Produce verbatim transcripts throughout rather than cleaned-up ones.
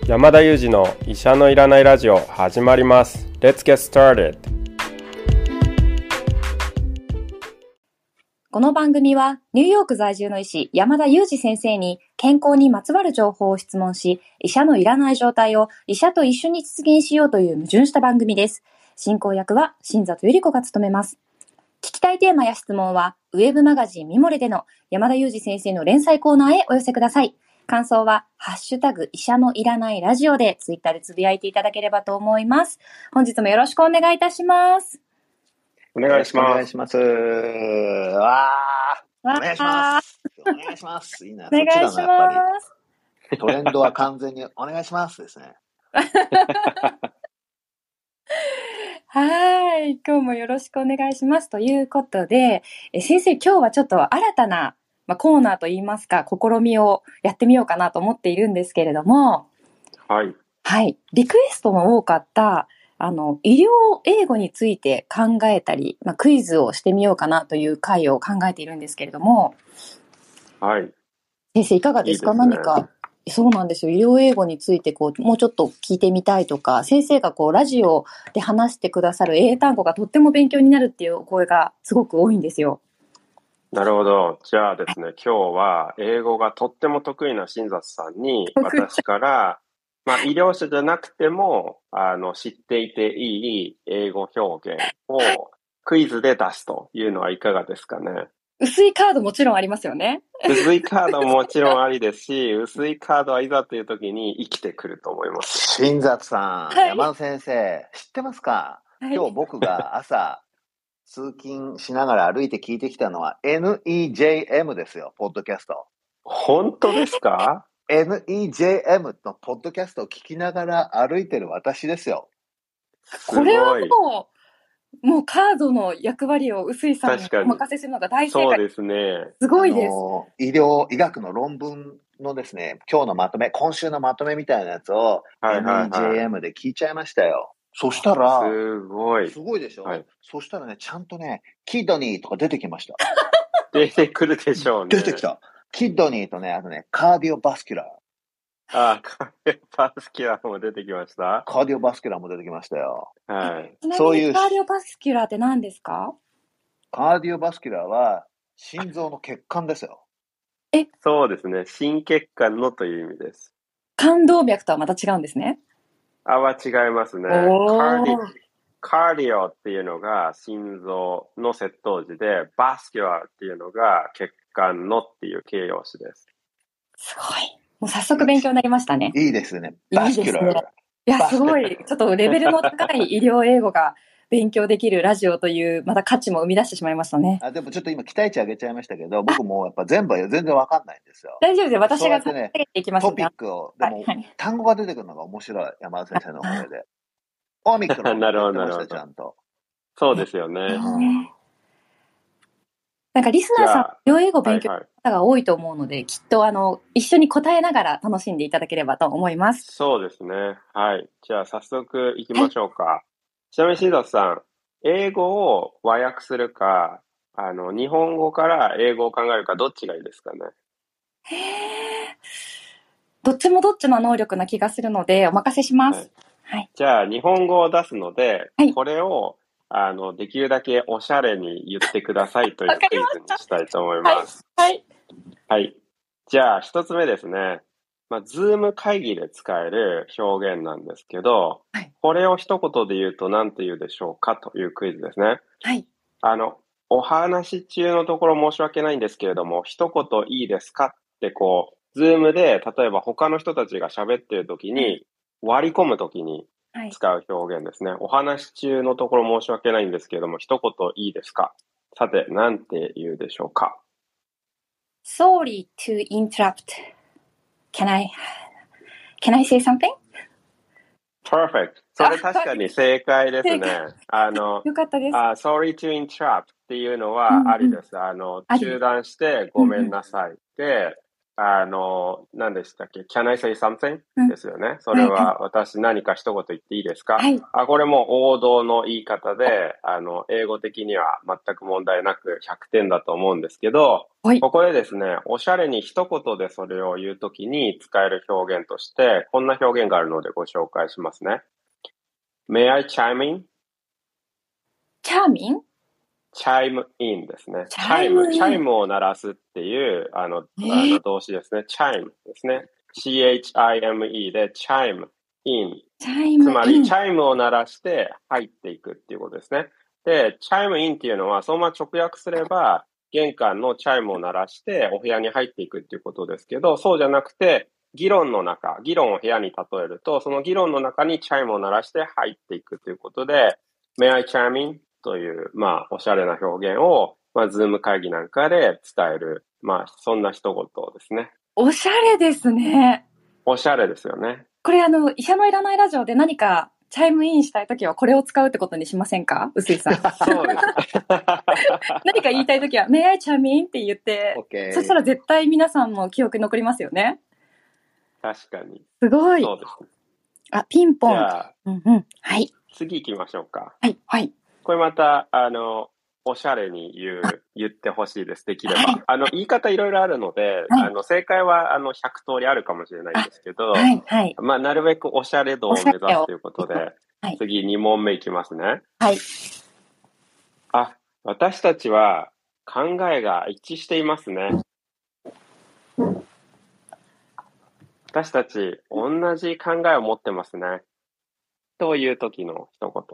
山田裕二の医者のいらないラジオ始まります。 Let's get started。 この番組はニューヨーク在住の医師山田裕二先生に健康にまつわる情報を質問し、医者のいらない状態を医者と一緒に実現しようという矛盾した番組です。進行役は新里ゆり子が務めます。聞きたいテーマや質問はウェブマガジンミモレでの山田裕二先生の連載コーナーへお寄せください。感想はハッシュタグ医者のいらないラジオでツイッターでつぶやいていただければと思います。本日もよろしくお願いいたします。 お願いします。 お願いします。わー、お願いします。お願いします。いいな。 お願いします。 そっちだな、やっぱり。トレンドは完全にお願いしますですね。 はい。今日もよろしくお願いします。ということで、え先生、今日はちょっと新たな、まあ、コーナーといいますか、試みをやってみようかなと思っているんですけれども、 はい。 はい。リクエストの多かった、あの、医療英語について考えたり、まあ、クイズをしてみようかなという回を考えているんですけれども、 はい。 先生いかがですか？いいですね。何か、そうなんですよ。医療英語についてこう、もうちょっと聞いてみたいとか、先生がこう、ラジオで話してくださる英単語がとっても勉強になるっていうお声がすごく多いんですよ。 なるほど。じゃあですね、今日は英語がとっても得意な新里さんに、私から、まあ、医療者じゃなくても、あの、知っていていい英語表現をクイズで出すというのはいかがですかね。 薄いカードもちろんありますよね。 薄いカードももちろんありですし、薄いカードはいざという時に生きてくると思います。 新里さん、はい、山田先生、知ってますか？ はい、 今日僕が朝、通勤しながら歩いて聞いてきたのは エヌイージェーエム ですよ、ポッドキャスト。 本当ですか？ エヌイージェーエム のポッドキャストを聞きながら歩いてる私ですよ。 これはもう、もうカードの役割を臼井さんにお任せするのが大正解。 そうですね。 すごいです。 医療医学の論文のですね、今日のまとめ、今週のまとめみたいなやつを エヌイージェーエム で聞いちゃいましたよ。そしたら、 すごい。 すごいでしょ、 はい、 そしたらね、ちゃんとね、キッドニーとか出てきました。 出てくるでしょうね。 出てきた。キッドニーとね、あとね、カーディオバスキュラー。 ああ、カーディオバスキュラーも出てきました。 カーディオバスキュラーも出てきましたよ。 はい。 そういう。カーディオバスキュラーって何ですか？ カーディオバスキュラーは、心臓の血管ですよ。 え、 そうですね。心血管のという意味です。 冠動脈とはまた違うんですね。 あは違いますね。カーディ、カーディオっていうのが心臓の接頭詞で、バスキュラーっていうのが血管のっていう形容詞です。 すごい。もう早速勉強になりましたね。 いいですね。バスキュラー。いいですね。 いや、すごい。ちょっとレベルの高い医療英語が勉強できるラジオという、また価値も生み出してしまいましたね。 あ、でもちょっと今期待値上げちゃいましたけど、僕もやっぱ全部は全然わかんないんですよ。 大丈夫です。私が下げていきますね。トピックを、でも、はい、単語が出てくるのが面白い。山田先生のおかげで。オミクロンって言ってました、ちゃんと。 そうですよね。 なんかリスナーさん、医療英語勉強の方が多いと思うので、はいはい、きっとあの、一緒に答えながら楽しんでいただければと思います。 そうですね。はい。じゃあ早速行きましょうか。はい、ちなみに新里さん、英語を和訳するか、あの、日本語から英語を考えるか、どっちがいいですかね。 へー。どっちもどっちの能力な気がするので、お任せします。 はい。はい、じゃあ、日本語を出すので、はい、これを、あの、できるだけおしゃれに言ってくださいというクイズにしたいと思います。 はい。 はい。はい。じゃあ、一つ目ですね。まあ、ズーム会議で使える表現なんですけど、はい、これを一言で言うと何て言うでしょうかというクイズですね。 はい。 あの、お話中のところ申し訳ないんですけれども、一言いいですかってこう、ズームで、例えば他の人たちが喋ってる時に、割り込む時に使う表現ですね。はい、お話中のところ申し訳ないんですけれども、一言いいですか？さて、何て言うでしょうか？ Sorry to interrupt.Can I, can I say something? Perfect. それ確かに正解ですね。あの、 よかったです。 uh, Sorry to interrupt っていうのはありです。うんうん、あの、中断してごめんなさい。で、 あの、何でしたっけ ?Can I say something?、うん、ですよね。それは、私何か一言言っていいですか、はい、あ、これも王道の言い方で、あの、英語的には全く問題なくひゃくてんだと思うんですけど、はい、ここでですね、おしゃれに一言でそれを言うときに使える表現として、こんな表現があるのでご紹介しますね。May I chime in? チャーミンチャイムインですね。チャイム、チャイムを鳴らすっていう、あの、えー、あの動詞ですね。チャイムですね。シーエイチアイエムイー でチャイムイン。 チャイムイン。 つまり、チャイムを鳴らして入っていくっていうことですね。で、チャイムインっていうのは、そのまま直訳すれば、玄関のチャイムを鳴らしてお部屋に入っていくっていうことですけど、そうじゃなくて、議論の中、議論を部屋に例えると、その議論の中にチャイムを鳴らして入っていくということで、May I chime in? という、まあ、おしゃれな表現を、まあ、ズーム会議なんかで伝える、まあ、そんな一言ですね。 おしゃれですね。 おしゃれですよね。 これ、あの、医者のいらないラジオで何かチャイムインしたいときはこれを使うってことにしませんか、臼井さん。 そうです。 何か言いたいときは、May I chime in? って言って、okay. そしたら絶対皆さんも記憶に残りますよね。 確かに。 すごい。 そうです。 あ、ピンポン。 じゃあ、 うんうん、はい。 次行きましょうか。 はい、はい。 これまた、あの、おしゃれに言う、言ってほしいです。できれば。はい、あの、言い方いろいろあるので、はい、あの、正解は、あの、ひゃく通りあるかもしれないんですけど、 はい、はい。 まあ、なるべくおしゃれ度を目指すということで、はい、次に問目いきますね。 はい。 あ、私たちは考えが一致していますね。私たち、同じ考えを持ってますね。という時の一言。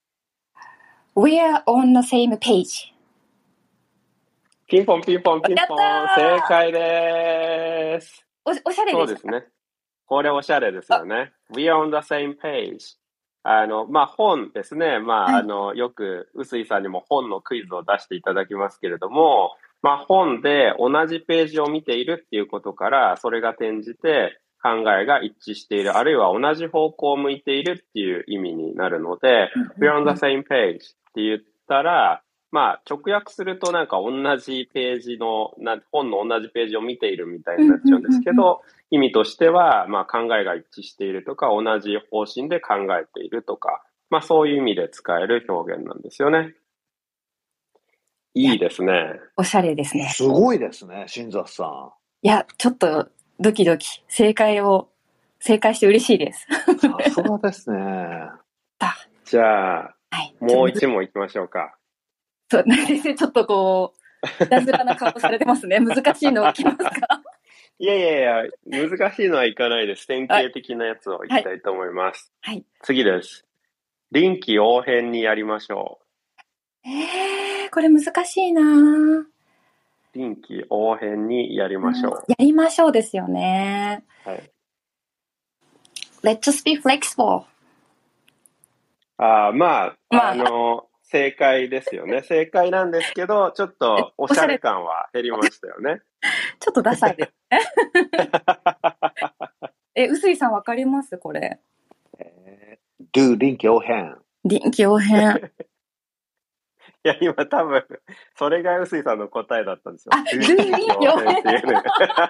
We're on the same page. ピンポンピンポンピンポン。正解です。 お、おしゃれです。 そうですね。これおしゃれですよね。We're on the same page. あの、まあ、本ですね。まあ、はい、あの、よく、臼井さんにも本のクイズを出していただきますけれども、まあ、本で同じページを見ているっていうことから、それが転じて考えが一致している、あるいは同じ方向を向いているっていう意味になるので、We're on the same page って言ったら、まあ、直訳するとなんか同じページの、な本の同じページを見ているみたいになっちゃうんですけど、意味としては、まあ、考えが一致しているとか、同じ方針で考えているとか、まあ、そういう意味で使える表現なんですよね。いいですね。 おしゃれですね。 すごいですね、新里さん。 いや、ちょっとドキドキ。正解を、正解して嬉しいです。 さすがですね。 じゃあ、はい、もう一問いきましょうか。 そう、先生、ちょっとこう、いたずらな顔されてますね。難しいのいきますか？ いやいやいや、難しいのはいかないです。典型的なやつをいきたいと思います。 はい。はい、 次です。臨機応変にやりましょう。えー、これ難しいな。 臨機応変にやりましょう。うん、 やりましょうですよね。 はい。 Let's be flexible. あまあ、まあ、あの、正解ですよね。正解なんですけど、ちょっとおしゃれ感は減りましたよね。 ちょっとダサいですね。え、臼井さんわかりますこれ。 えー、do 臨機応変。 臨機応変。 いや、今多分、それが臼井さんの答えだったんですよ。 あ、do 臨機応変っていう。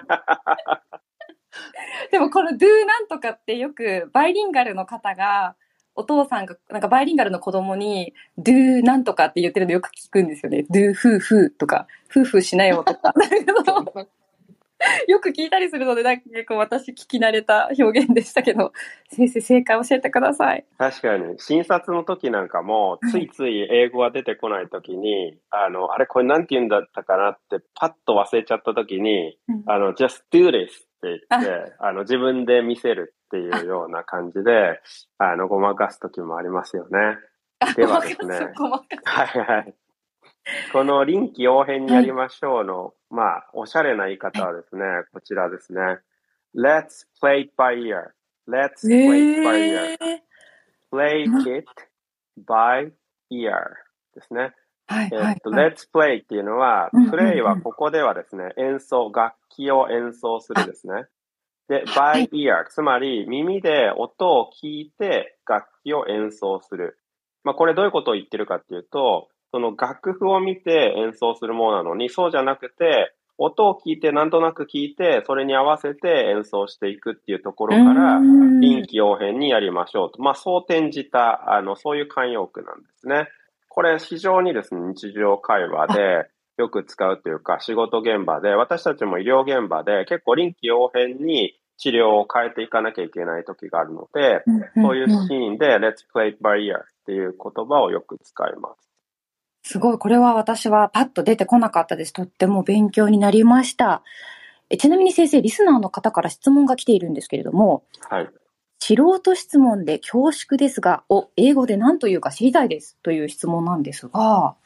でもこの do なんとかってよくバイリンガルの方が、お父さんが、なんかバイリンガルの子供に、do なんとかって言ってるのよく聞くんですよね。do 夫婦とか、夫婦しなよとか。よく聞いたりするので、なんか結構私聞き慣れた表現でしたけど、先生正解教えてください。 確かに、診察の時なんかも、ついつい英語が出てこない時に、あの、あれこれなんて言うんだったかなってパッと忘れちゃった時に、うん、あの、just do this って言って、あの、自分で見せるっていうような感じで、あの、ごまかす時もありますよね。ではですね。 ごまかす。 はいはい。この臨機応変にやりましょうの、はい、まあ、おしゃれな言い方はですね、こちらですね。Let's play it by ear.Let's play it by ear.Play it by ear ですね。 はいえっと、Let's play っていうのは、プレイはここではですね、演奏、楽器を演奏するですね。で、by ear、つまり耳で音を聞いて楽器を演奏する。まあ、これどういうことを言ってるかっていうと、その楽譜を見て演奏するものなのに、そうじゃなくて、 音を聞いて、なんとなく聞いて、それに合わせて演奏していくっていうところから、臨機応変にやりましょうと。まあ、そう転じた、あの、そういう慣用句なんですね。これ、非常にですね、日常会話でよく使うというか、仕事現場で、私たちも医療現場で結構臨機応変に治療を変えていかなきゃいけない時があるので、そういうシーンで、Let's play it by ear っていう言葉をよく使います。 すごい。これは私はパッと出てこなかったです。とっても勉強になりました。えちなみに先生、リスナーの方から質問が来ているんですけれども、 はい。 素人質問で恐縮ですが、を英語で何というか知りたいですという質問なんですが、はい、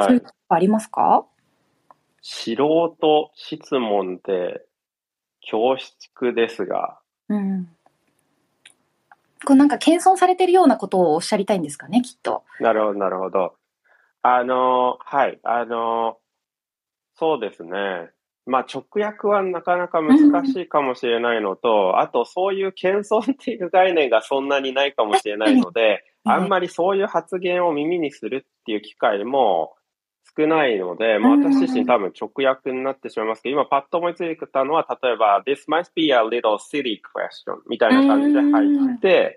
そういうことありますか？ 素人質問で恐縮ですが、 うん。こうなんか謙遜されてるようなことをおっしゃりたいんですかね、きっと。 なるほど、なるほど。あの、はい、あの、そうですね。まあ、直訳はなかなか難しいかもしれないのと、うん、あとそういう謙遜っていう概念がそんなにないかもしれないので、あんまりそういう発言を耳にするっていう機会も少ないので、まあ、私自身多分直訳になってしまいますけど、今パッと思いついたのは、例えば、This might be a little silly question みたいな感じで入って、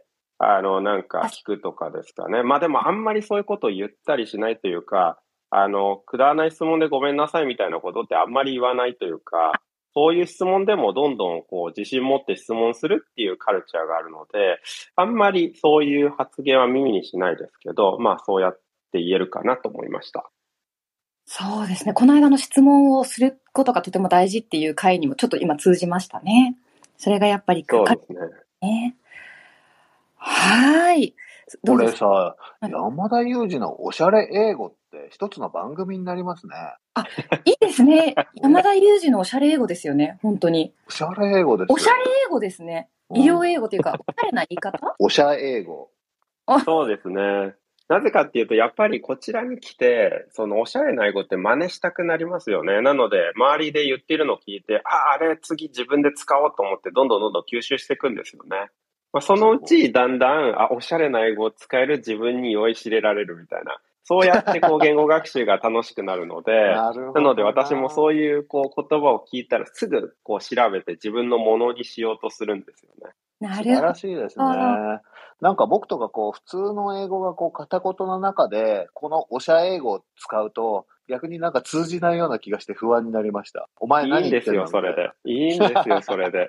あの、なんか聞くとかですかね。まあでもあんまりそういうことを言ったりしないというか、あの、くだらない質問でごめんなさいみたいなことってあんまり言わないというか、そういう質問でもどんどんこう自信持って質問するっていうカルチャーがあるので、あんまりそういう発言は耳にしないですけど、まあそうやって言えるかなと思いました。 そうですね。この間の質問をすることがとても大事っていう回にもちょっと今通じましたね。それがやっぱりそうですね。 ね。はい。 これさ、はい、山田裕二のおしゃれ英語って一つの番組になりますね。 あ、いいですね。山田裕二のおしゃれ英語ですよね。本当に。 おしゃれ英語ですよ。 おしゃれ英語ですね。医療英語というか、おしゃれな言い方おしゃれ英語。 そうですね。なぜかっていうと、やっぱりこちらに来て、そのおしゃれな英語って真似したくなりますよね。なので、周りで言ってるのを聞いて、あ、あれ次自分で使おうと思って、どんどんどんどん吸収していくんですよね。まあ、そのうち、だんだん、あ、おしゃれな英語を使える自分に酔いしれられるみたいな。そうやってこう言語学習が楽しくなるので、な, なので私もそういうこう言葉を聞いたらすぐこう調べて自分のものにしようとするんですよね。 素晴らしいですね。なんか僕とかこう普通の英語がこう片言の中で、このおしゃ英語を使うと、逆になんか通じないような気がして不安になりました。お前何言ってんの？いいんですよ、 それで。いいんですよ、それで。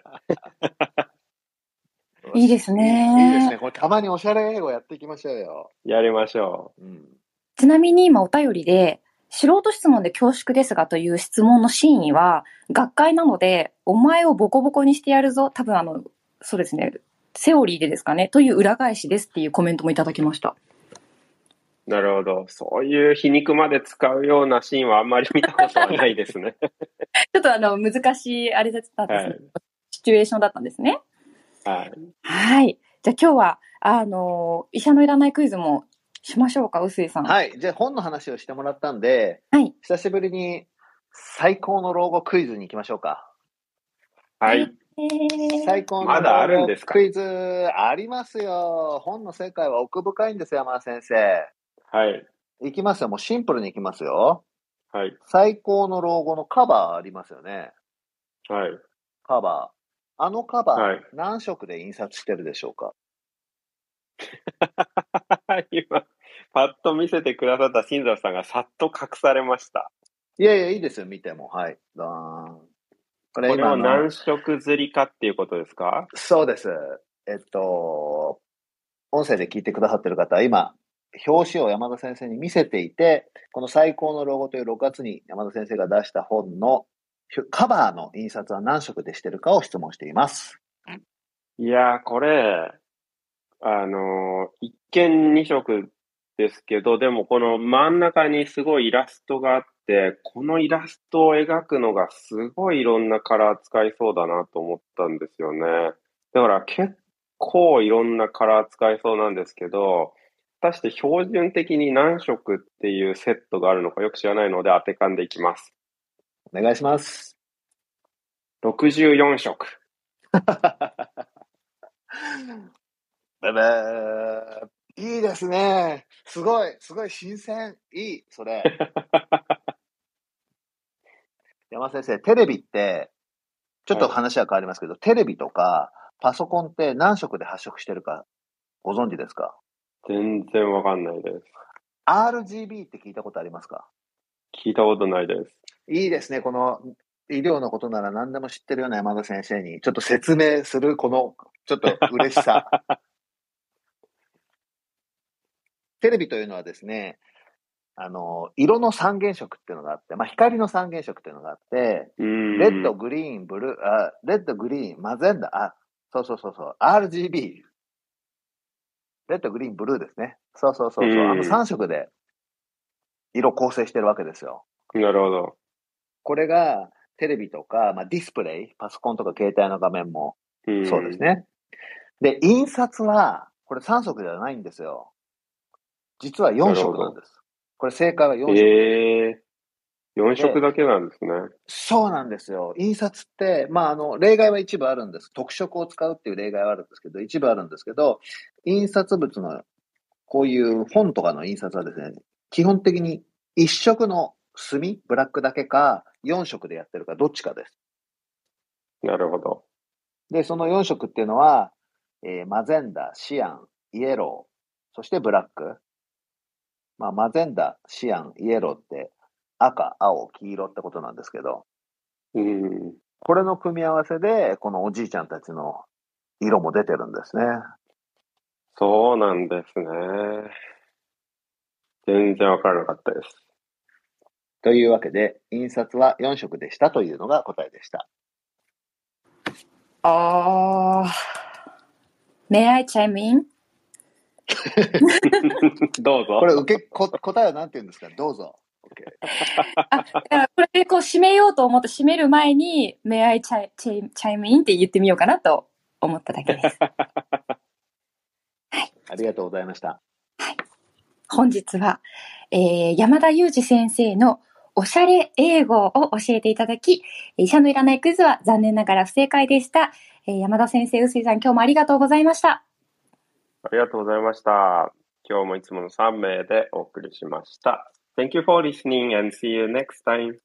いいですね。 いいですね。これたまにおしゃれ英語やっていきましょうよ。 やりましょう。 うん、ちなみに今お便りで、素人質問で恐縮ですがという質問の真意は、学会なので、お前をボコボコにしてやるぞ。多分あの、そうですね。セオリーでですかね。という裏返しですっていうコメントもいただきました。 なるほど。そういう皮肉まで使うようなシーンはあんまり見たことはないですね。 ちょっとあの、難しいあれだったんですね。はい、シチュエーションだったんですね。 はい。 はい。じゃあ今日は、あの、医者のいらないクイズもしましょうか、臼井さん。 はい。じゃあ本の話をしてもらったんで、 はい。 久しぶりに最高の老後クイズに行きましょうか。 はい。 最高の老後クイズありますよ。本の世界は奥深いんですよ、山田先生。 はい。 いきますよ。もうシンプルにいきますよ。 はい。 最高の老後のカバーありますよね。 はい。 カバー。あのカバー、 はい、 何色で印刷してるでしょうか？ 今、パッと見せてくださった新座さんがさっと隠されました。 いやいや、いいですよ、見ても。はい。だーん。 これ今の何色刷りかっていうことですか？ そうです。えっと、音声で聞いてくださってる方は今、表紙を山田先生に見せていて、この最高の老後というろくがつに山田先生が出した本のカバーの印刷は何色でしてるかを質問しています。 いやー、これ、あのー、一見に色ですけど、でもこの真ん中にすごいイラストがあって、このイラストを描くのがすごいいろんなカラー使いそうだなと思ったんですよね。だから結構いろんなカラー使いそうなんですけど、果たして標準的に何色っていうセットがあるのかよく知らないので当て勘でいきます。 お願いします。 ろくじゅうよん色。 ブブー。いいですね。すごい、すごい新鮮。いい、それ。 山田先生、テレビって、ちょっと話は変わりますけど、はい、テレビとかパソコンって何色で発色してるかご存知ですか？ 全然わかんないです。 アールジービー って聞いたことありますか？ 聞いたことないです。 いいですね。この医療のことなら何でも知ってるような山田先生にちょっと説明するこのちょっと嬉しさ。テレビというのはですね、あの、色の三原色っていうのがあって、まあ、光の三原色っていうのがあって、レッド、グリーン、ブルー、あ、レッド、グリーン、マゼンダ、あ、そうそうそうそう、アールジービー。レッド、グリーン、ブルーですね。そうそうそうそう、あの三色で色構成してるわけですよ。 なるほど。 これがテレビとか、まあ、ディスプレイ、パソコンとか携帯の画面もそうですね。で、印刷は、これさん色ではないんですよ。実はよん色なんです。これ正解はよん色です。 えー、よん色だけなんですね。 そうなんですよ。印刷って、まあ、あの、例外は一部あるんです。特色を使うっていう例外はあるんですけど、一部あるんですけど、印刷物の、こういう本とかの印刷はですね、基本的に一色の墨、ブラックだけか、よん色でやってるか、どっちかです。 なるほど。 で、そのよん色っていうのは、えー、マゼンダ、シアン、イエロー、そしてブラック。まあ、マゼンダ、シアン、イエローって赤、青、黄色ってことなんですけど、 うん、 これの組み合わせで、このおじいちゃんたちの色も出てるんですね。 そうなんですね。全然わからなかったです。 というわけで、印刷はよん色でしたというのが答えでした。 あー。May I chime in? どうぞ。 これ受けこ、答えは何て言うんですか？どうぞ。 Okay. あ、だからこれでこう締めようと思って締める前に May I chime, chime in って言ってみようかなと思っただけです。はい。 ありがとうございました。 はい。本日は、えー、山田裕二先生のおしゃれ英語を教えていただき、医者のいらないクイズは残念ながら不正解でした。えー、山田先生、臼井さん、今日もありがとうございました。 ありがとうございました。今日もいつものさん名でお送りしました。Thank you for listening and see you next time.